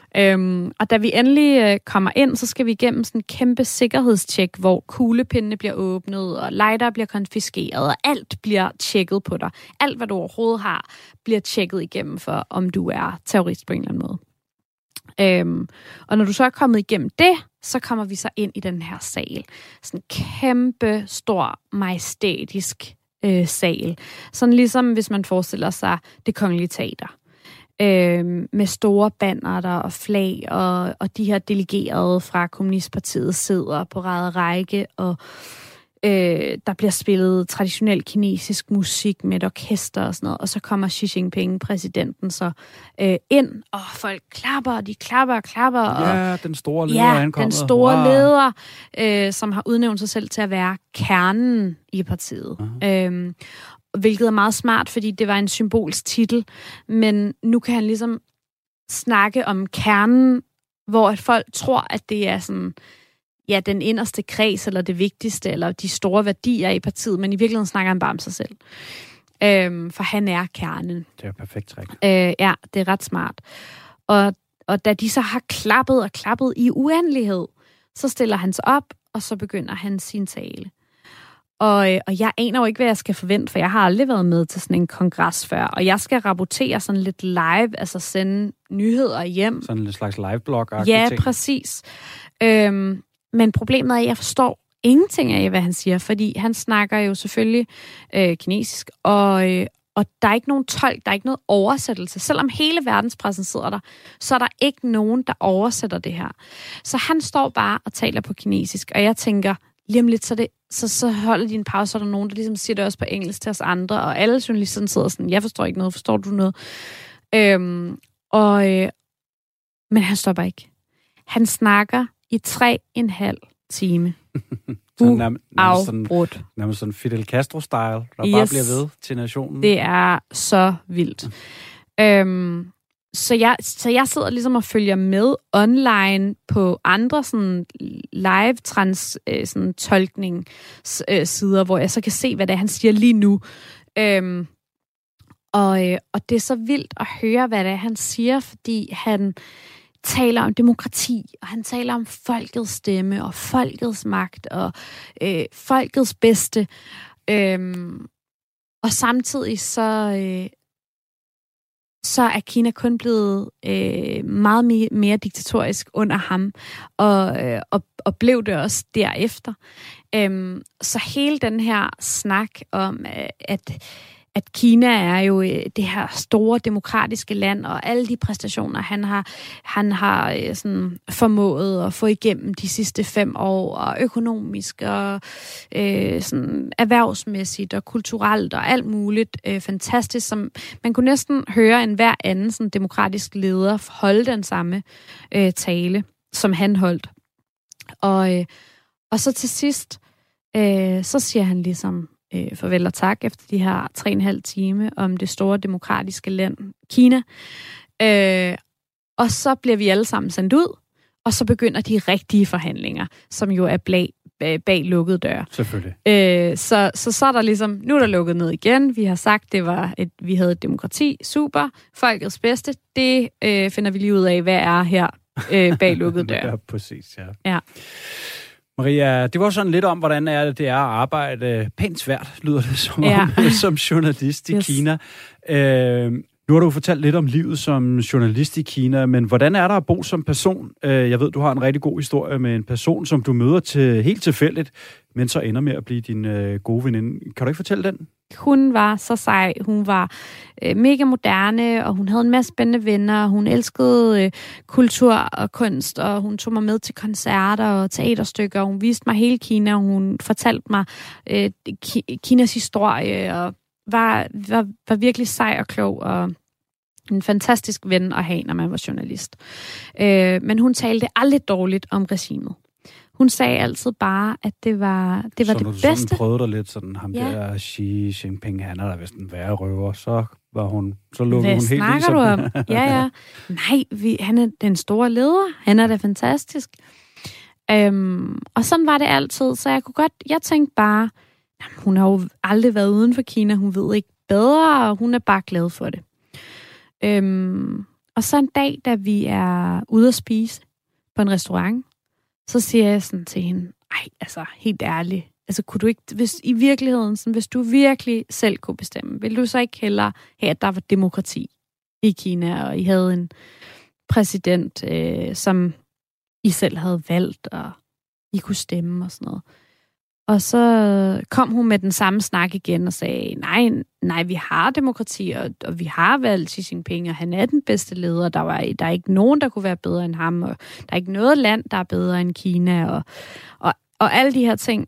Og da vi endelig kommer ind, så skal vi igennem sådan en kæmpe sikkerhedstjek, hvor kuglepindene bliver åbnet, og lighter bliver konfiskeret, og alt bliver tjekket på dig. Alt, hvad du overhovedet har, bliver tjekket igennem for, om du er terrorist på en eller anden måde. Og når du så er kommet igennem det, så kommer vi så ind i den her sal. Sådan en kæmpe, stor, majestætisk sal. Sådan ligesom, hvis man forestiller sig Det Kongelige Teater. Med store banner og flag, og de her delegerede fra Kommunistpartiet sidder på række, og der bliver spillet traditionel kinesisk musik med et orkester og sådan noget, og så kommer Xi Jinping, præsidenten, så ind, og folk klapper, og de klapper. Ja, den store leder er ankommet. Den store leder, som har udnævnt sig selv til at være kernen i partiet. Hvilket er meget smart, fordi det var en symbolsk titel, men nu kan han ligesom snakke om kernen, hvor at folk tror, at det er sådan, ja, den inderste kreds, eller det vigtigste, eller de store værdier i partiet, men i virkeligheden snakker han bare om sig selv. For han er kernen. Det er perfekt træk. Ja, det er ret smart. Og da de så har klappet i uendelighed, så stiller han sig op, og så begynder han sin tale. Og jeg aner jo ikke, hvad jeg skal forvente, for jeg har aldrig været med til sådan en kongres før. Og jeg skal rapportere sådan lidt live, altså sende nyheder hjem. Sådan en slags live-blog-agtig ting. Ja, ting. præcis. Men problemet er, at jeg forstår ingenting af, hvad han siger, fordi han snakker jo selvfølgelig kinesisk, og der er ikke nogen tolk, der er ikke noget oversættelse. Selvom hele verdenspressen sidder der, så er der ikke nogen, der oversætter det her. Så han står bare og taler på kinesisk, og jeg tænker, lige om lidt, så holder de en pause, så er der nogen, der ligesom siger det også på engelsk til os andre, og alle journalisterne sidder sådan, jeg forstår ikke noget, forstår du noget? Men han stopper ikke. Han snakker i 3,5 time. Uafbrudt. Nærmest sådan Fidel Castro-style, der bare bliver ved til nationen. Det er så vildt. Så jeg sidder ligesom og følger med online på andre sådan live sådan tolkning sider, hvor jeg så kan se, hvad det er, han siger lige nu. Og det er så vildt at høre, hvad det er, han siger, fordi han taler om demokrati, og han taler om folkets stemme, og folkets magt, og folkets bedste. Og samtidig så er Kina kun blevet meget mere diktatorisk under ham, og blev det også derefter. Så hele den her snak om, at Kina er jo det her store demokratiske land, og alle de præstationer, han har sådan formået at få igennem de sidste 5 år, og økonomisk, og sådan erhvervsmæssigt, og kulturelt, og alt muligt fantastisk, som man kunne næsten høre en hver anden sådan demokratisk leder holde den samme tale, som han holdt. Og så til sidst, så siger han ligesom, farvel og tak efter de her 3,5 timer om det store demokratiske land, Kina. Og så bliver vi alle sammen sendt ud, og så begynder de rigtige forhandlinger, som jo er bag lukkede døre. Selvfølgelig. Så er der ligesom, nu er der lukket ned igen. Vi har sagt, vi havde et demokrati. Super. Folkets bedste. Det finder vi lige ud af, hvad er her bag lukkede døre. Ja, præcis, ja. Maria, det var sådan lidt om, hvordan det er at arbejde pænt svært, lyder det som som journalist i Kina. Nu har du fortalt lidt om livet som journalist i Kina, men hvordan er der at bo som person? Jeg ved, du har en rigtig god historie med en person, som du møder helt tilfældigt, men så ender med at blive din gode veninde. Kan du ikke fortælle den? Hun var så sej. Hun var mega moderne, og hun havde en masse spændende venner. Hun elskede kultur og kunst, og hun tog mig med til koncerter og teaterstykker. Hun viste mig hele Kina, og hun fortalte mig Kinas historie, og var virkelig sej og klog, og en fantastisk ven at have, når man var journalist. Men hun talte aldrig dårligt om regimet. Hun sagde altid bare, at det var det bedste. Så du sådan prøvede dig lidt sådan, ham der Xi Jinping, han er der vist en værre røver, så lukkede hun helt i. Hvad snakker du om? Ja. Nej, han er den store leder. Han er da fantastisk. Og sådan var det altid, så jeg tænkte bare, hun har jo aldrig været uden for Kina, hun ved ikke bedre, og hun er bare glad for det. Og så en dag, da vi er ude at spise på en restaurant, så siger jeg sådan til hende, altså helt ærligt, altså kunne du ikke, hvis du virkelig selv kunne bestemme, ville du så ikke hellere have, at der var demokrati i Kina, og I havde en præsident, som I selv havde valgt, og I kunne stemme og sådan noget. Og så kom hun med den samme snak igen og sagde, nej, vi har demokrati, og vi har valgt Xi Jinping, og han er den bedste leder. Der er ikke nogen, der kunne være bedre end ham, og der er ikke noget land, der er bedre end Kina, og alle de her ting.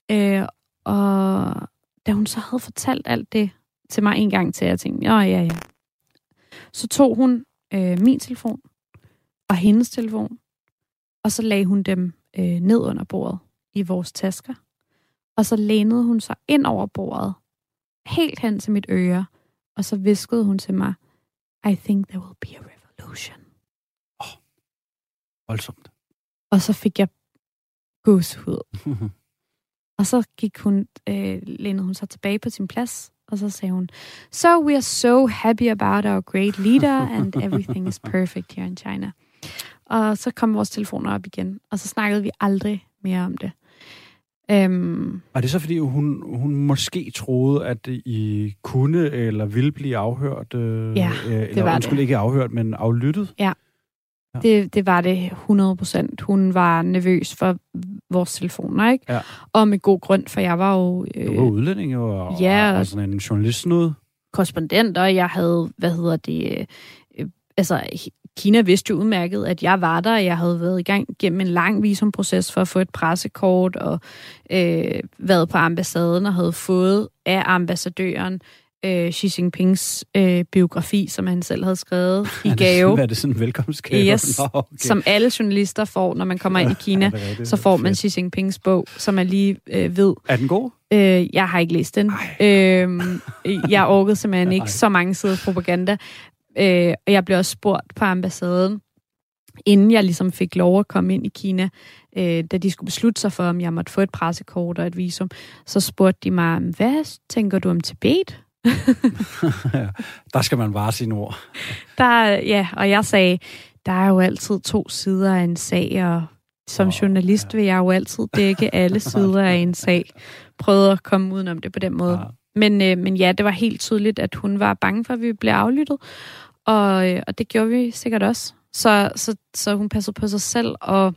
Og da hun så havde fortalt alt det til mig en gang til, jeg tænkte, ja. Så tog hun min telefon og hendes telefon, og så lagde hun dem ned under bordet i vores tasker. Og så lænede hun sig ind over bordet, helt hen til mit øre, og så viskede hun til mig, I think there will be a revolution. Voldsomt. Og så fik jeg gåsehud. Og så lænede hun sig tilbage på sin plads, og så sagde hun, so we are so happy about our great leader, and everything is perfect here in China. Og så kom vores telefoner op igen, og så snakkede vi aldrig mere om det. Var det så, fordi hun måske troede, at I kunne eller ville blive afhørt? Ja, det var det. Ikke afhørt, men aflyttet? Ja. Det var det 100%. Hun var nervøs for vores telefoner, ikke? Ja. Og med god grund, for jeg var jo... Du var udlænding og sådan en journalistnude. Korrespondent, og jeg havde, Kina vidste jo udmærket, at jeg var der, og jeg havde været i gang gennem en lang visumproces for at få et pressekort, og været på ambassaden, og havde fået af ambassadøren Xi Jinpings biografi, som han selv havde skrevet i gave. Er det sådan en velkomstgave? Yes, okay. Som alle journalister får, når man kommer ind i Kina, så får man Xi Jinpings bog, som man lige ved. Er den god? Jeg har ikke læst den. Jeg orkede simpelthen ikke så mange sider propaganda. Og jeg blev også spurgt på ambassaden, inden jeg ligesom fik lov at komme ind i Kina, da de skulle beslutte sig for, om jeg måtte få et pressekort og et visum, så spurgte de mig, hvad tænker du om Tibet? Der skal man bare sine ord. Og jeg sagde, der er jo altid 2 sider af en sag, og som journalist vil jeg jo altid dække alle sider af en sag. Prøvede at komme udenom det på den måde. Men ja, det var helt tydeligt, at hun var bange for, at vi blev aflyttet. Og det gjorde vi sikkert også. Så hun passede på sig selv, og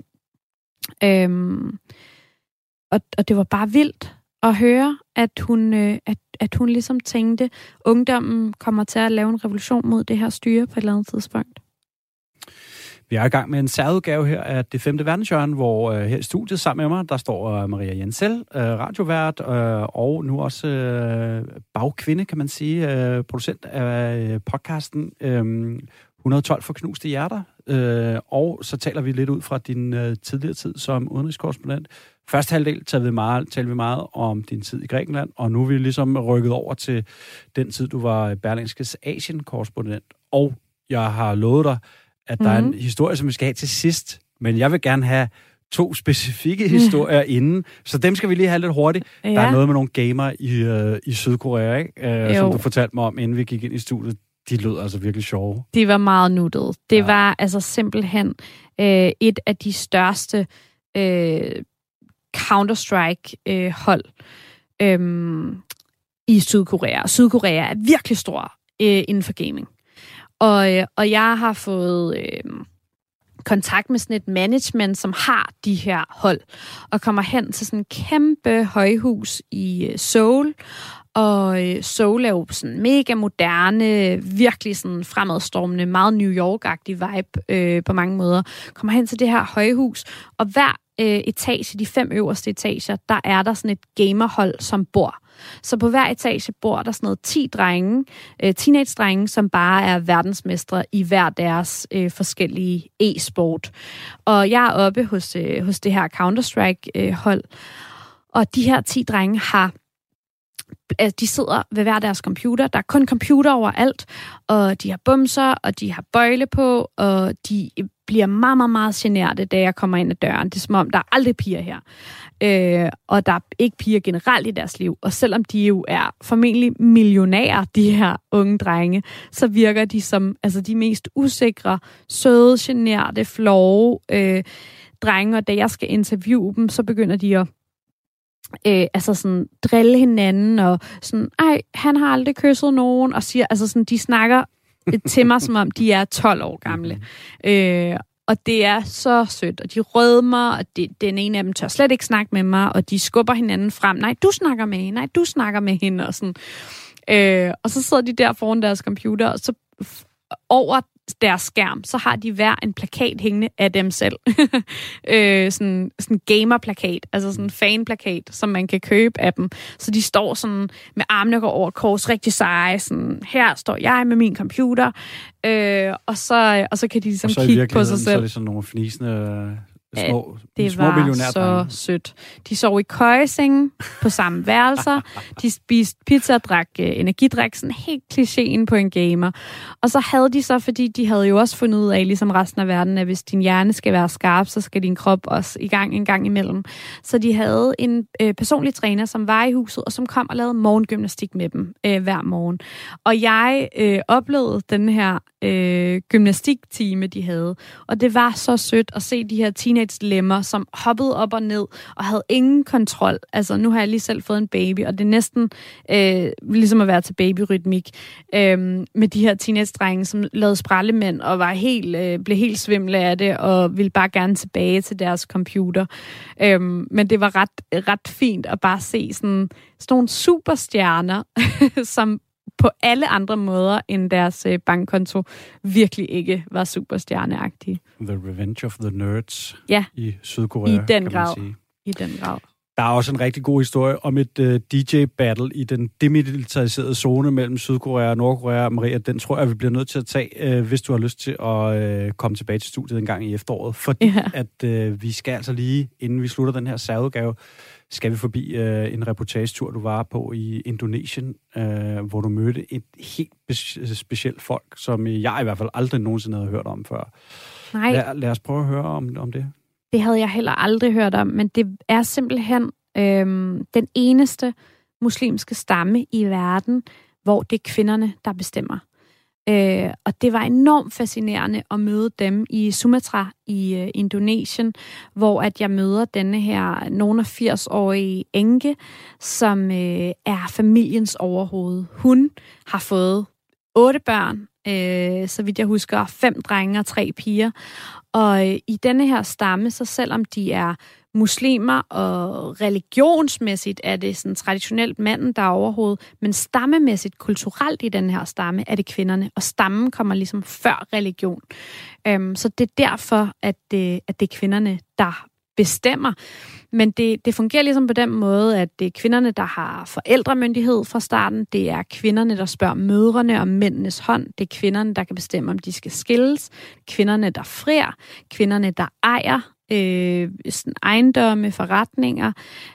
det var bare vildt at høre, at hun ligesom tænkte, ungdommen kommer til at lave en revolution mod det her styre på et eller andet tidspunkt. Vi er i gang med en særudgave her af Det 5. Verdenshjørne, hvor her i studiet sammen med mig, der står Maria Jensel, radiovært, og nu også bagkvinde, kan man sige, producent af podcasten 112 for knuste hjerter. Og så taler vi lidt ud fra din tidligere tid som udenrigskorrespondent. Første halvdel talte vi meget om din tid i Grækenland, og nu er vi ligesom rykket over til den tid, du var Berlingskes Asien-korrespondent. Og jeg har lovet dig, at der er en historie, som vi skal have til sidst, men jeg vil gerne have 2 specifikke historier inden, så dem skal vi lige have lidt hurtigt. Ja. Der er noget med nogle gamer i Sydkorea, ikke? Som du fortalte mig om, inden vi gik ind i studiet. De lød altså virkelig sjove. De var meget nuttede. Det var altså simpelthen et af de største Counter-Strike-hold i Sydkorea. Sydkorea er virkelig stor inden for gaming. Og jeg har fået kontakt med sådan et management, som har de her hold, og kommer hen til sådan en kæmpe højhus i Seoul. Og Seoul er jo sådan mega moderne, virkelig sådan fremadstormende, meget New York-agtig vibe på mange måder. Kommer hen til det her højhus, og hver etage, de 5 øverste etager, der er der sådan et gamerhold, som bor. Så på hver etage bor der sådan noget 10 drenge, teenage-drenge, som bare er verdensmestre i hver deres forskellige e-sport. Og jeg er oppe hos det her Counter-Strike-hold, og de her 10 drenge har de sidder ved hver deres computer. Der er kun computer overalt, og de har bumser, og de har bøjle på, og de bliver meget, meget, meget generte, da jeg kommer ind ad døren. Det er som om, der er aldrig piger her. Og der er ikke piger generelt i deres liv. Og selvom de jo er formentlig millionærer, de her unge drenge, så virker de som de mest usikre, søde, generte, flove drenge. Og da jeg skal interviewe dem, så begynder de at sådan drille hinanden, og sådan, han har aldrig kysset nogen, og siger, de snakker til mig, som om de er 12 år gamle. Og det er så sødt, og de rødmer, og den ene af dem tør slet ikke snakke med mig, og de skubber hinanden frem. Nej, du snakker med hende, nej, du snakker med hende, og sådan. Og så sidder de der foran deres computer, og så over deres skærm, så har de hver en plakat hængende af dem selv. sådan gamer-plakat, altså sådan en fan-plakat, som man kan købe af dem. Så de står sådan med armene går over kors, rigtig seje, sådan, her står jeg med min computer, og så kan de ligesom kigge på sig selv. Så er det sådan nogle fnisende små millionærdrenge. Det var så sødt. De sov i køjesenge på samme værelser. De spiste pizza og drak energidrik, sådan helt klichéen på en gamer. Og så havde de så, fordi de havde jo også fundet ud af, ligesom resten af verden, at hvis din hjerne skal være skarp, så skal din krop også i gang en gang imellem. Så de havde en personlig træner, som var i huset, og som kom og lavede morgengymnastik med dem hver morgen. Og jeg oplevede den her gymnastiktime, de havde. Og det var så sødt at se de her teenage-lemmer, som hoppede op og ned og havde ingen kontrol. Altså, nu har jeg lige selv fået en baby, og det er næsten ligesom at være til babyrytmik med de her teenage-drenge, som lavede sprællemænd og var blev helt svimle af det og ville bare gerne tilbage til deres computer. Men det var ret fint at bare se sådan nogle superstjerner, som på alle andre måder end deres bankkonto virkelig ikke var superstjerneagtige. The Revenge of the Nerds i Sydkorea, i den grad. I den grad. Der er også en rigtig god historie om et DJ-battle i den demilitariserede zone mellem Sydkorea og Nordkorea. Maria, den tror jeg, vi bliver nødt til at tage, hvis du har lyst til at komme tilbage til studiet en gang i efteråret. Fordi at vi skal altså lige, inden vi slutter den her særudgave, skal vi forbi en reportagetur, du var på i Indonesien, hvor du mødte et helt specielt folk, som jeg i hvert fald aldrig nogensinde havde hørt om før. Nej. Lad os prøve at høre om det. Det havde jeg heller aldrig hørt om, men det er simpelthen den eneste muslimske stamme i verden, hvor det er kvinderne, der bestemmer. Og det var enormt fascinerende at møde dem i Sumatra i Indonesien, hvor at jeg møder denne her nogen af 80-årige enke, som er familiens overhoved. Hun har fået 8 børn, så vidt jeg husker, 5 drenge og 3 piger. Og i denne her stamme, så selvom de er muslimer, og religionsmæssigt er det sådan traditionelt manden, der er overhovedet, men stammemæssigt, kulturelt i den her stamme, er det kvinderne, og stammen kommer ligesom før religion. Så det er derfor, at det er kvinderne, der bestemmer. Men det fungerer ligesom på den måde, at det er kvinderne, der har forældremyndighed fra starten. Det er kvinderne, der spørger mødrene om mændenes hånd. Det er kvinderne, der kan bestemme, om de skal skilles. Kvinderne, der frier. Kvinderne, der ejer ejendomme, forretninger.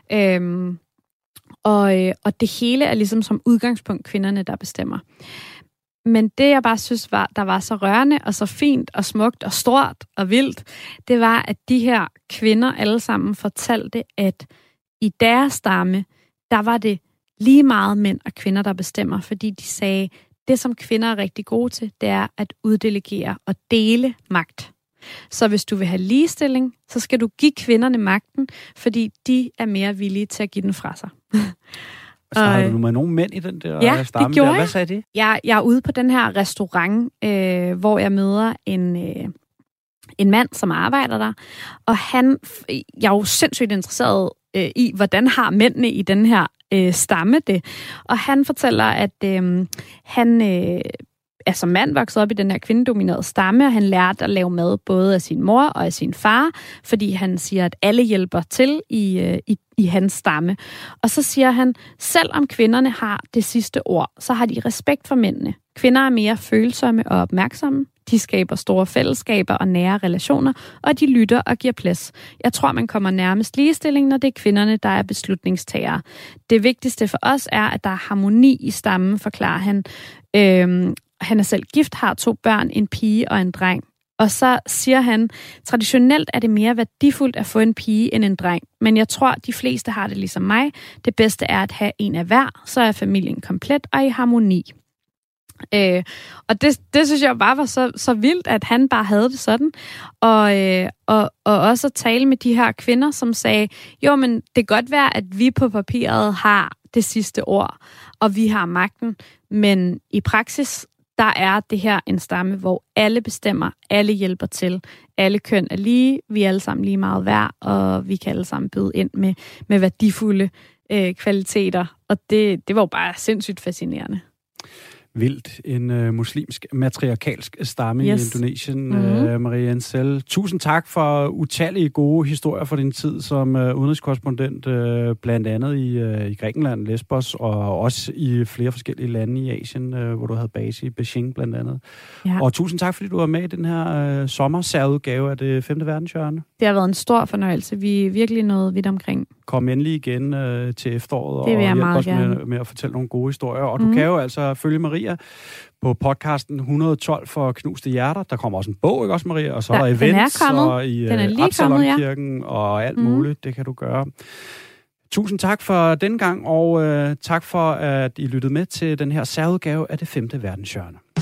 Og det hele er ligesom som udgangspunkt kvinderne, der bestemmer. Men det, jeg bare synes, der var så rørende og så fint og smukt og stort og vildt, det var, at de her kvinder alle sammen fortalte, at i deres stamme, der var det lige meget mænd og kvinder, der bestemmer, fordi de sagde, det som kvinder er rigtig gode til, det er at uddelegere og dele magt. Så hvis du vil have ligestilling, så skal du give kvinderne magten, fordi de er mere villige til at give den fra sig. Så har du med nogle mænd i den der stamme? Det gjorde der. Hvad sagde de? Jeg er ude på den her restaurant, hvor jeg møder en mand, som arbejder der. Og jeg er jo sindssygt interesseret i, hvordan har mændene i den her stamme det. Og han fortæller, at han er som mand vokset op i den her kvindedominerede stamme, og han lærte at lave mad både af sin mor og af sin far, fordi han siger, at alle hjælper til i hans stamme. Og så siger han, selvom kvinderne har det sidste ord, så har de respekt for mændene. Kvinder er mere følsomme og opmærksomme. De skaber store fællesskaber og nære relationer, og de lytter og giver plads. Jeg tror, man kommer nærmest ligestilling, når det er kvinderne, der er beslutningstagere. Det vigtigste for os er, at der er harmoni i stammen, forklarer han. Han er selv gift, har 2 børn, en pige og en dreng. Og så siger han, traditionelt er det mere værdifuldt at få en pige end en dreng. Men jeg tror, de fleste har det ligesom mig. Det bedste er at have en af hver, så er familien komplet og i harmoni. Og det synes jeg bare var så vildt, at han bare havde det sådan. Og også at tale med de her kvinder, som sagde, jo, men det kan godt være, at vi på papiret har det sidste ord, og vi har magten, men i praksis, der er det her en stamme, hvor alle bestemmer, alle hjælper til, alle køn er lige, vi er alle sammen lige meget værd, og vi kan alle sammen byde ind med værdifulde kvaliteter, og det var jo bare sindssygt fascinerende. Vildt. En muslimsk, matriarkalsk stamme i Indonesien, Maria Ansel. Tusind tak for utallige gode historier for din tid som udenrigskorrespondent, blandt andet i Grækenland, Lesbos, og også i flere forskellige lande i Asien, hvor du havde base i Beijing blandt andet. Ja. Og tusind tak, fordi du var med i den her sommersærudgave af det 5. verdenshjørne. Det har været en stor fornøjelse. Vi er virkelig nået vidt omkring. Kom endelig igen til efteråret og hjælp os med at fortælle nogle gode historier. Og du kan jo altså følge Maria på podcasten 112 for knuste hjerter. Der kommer også en bog, ikke også, Maria? Og så er der events og i Absalon-kirken og alt muligt. Det kan du gøre. Tusind tak for den gang, og tak for, at I lyttede med til den her særudgave af det 5. verdenshjørne.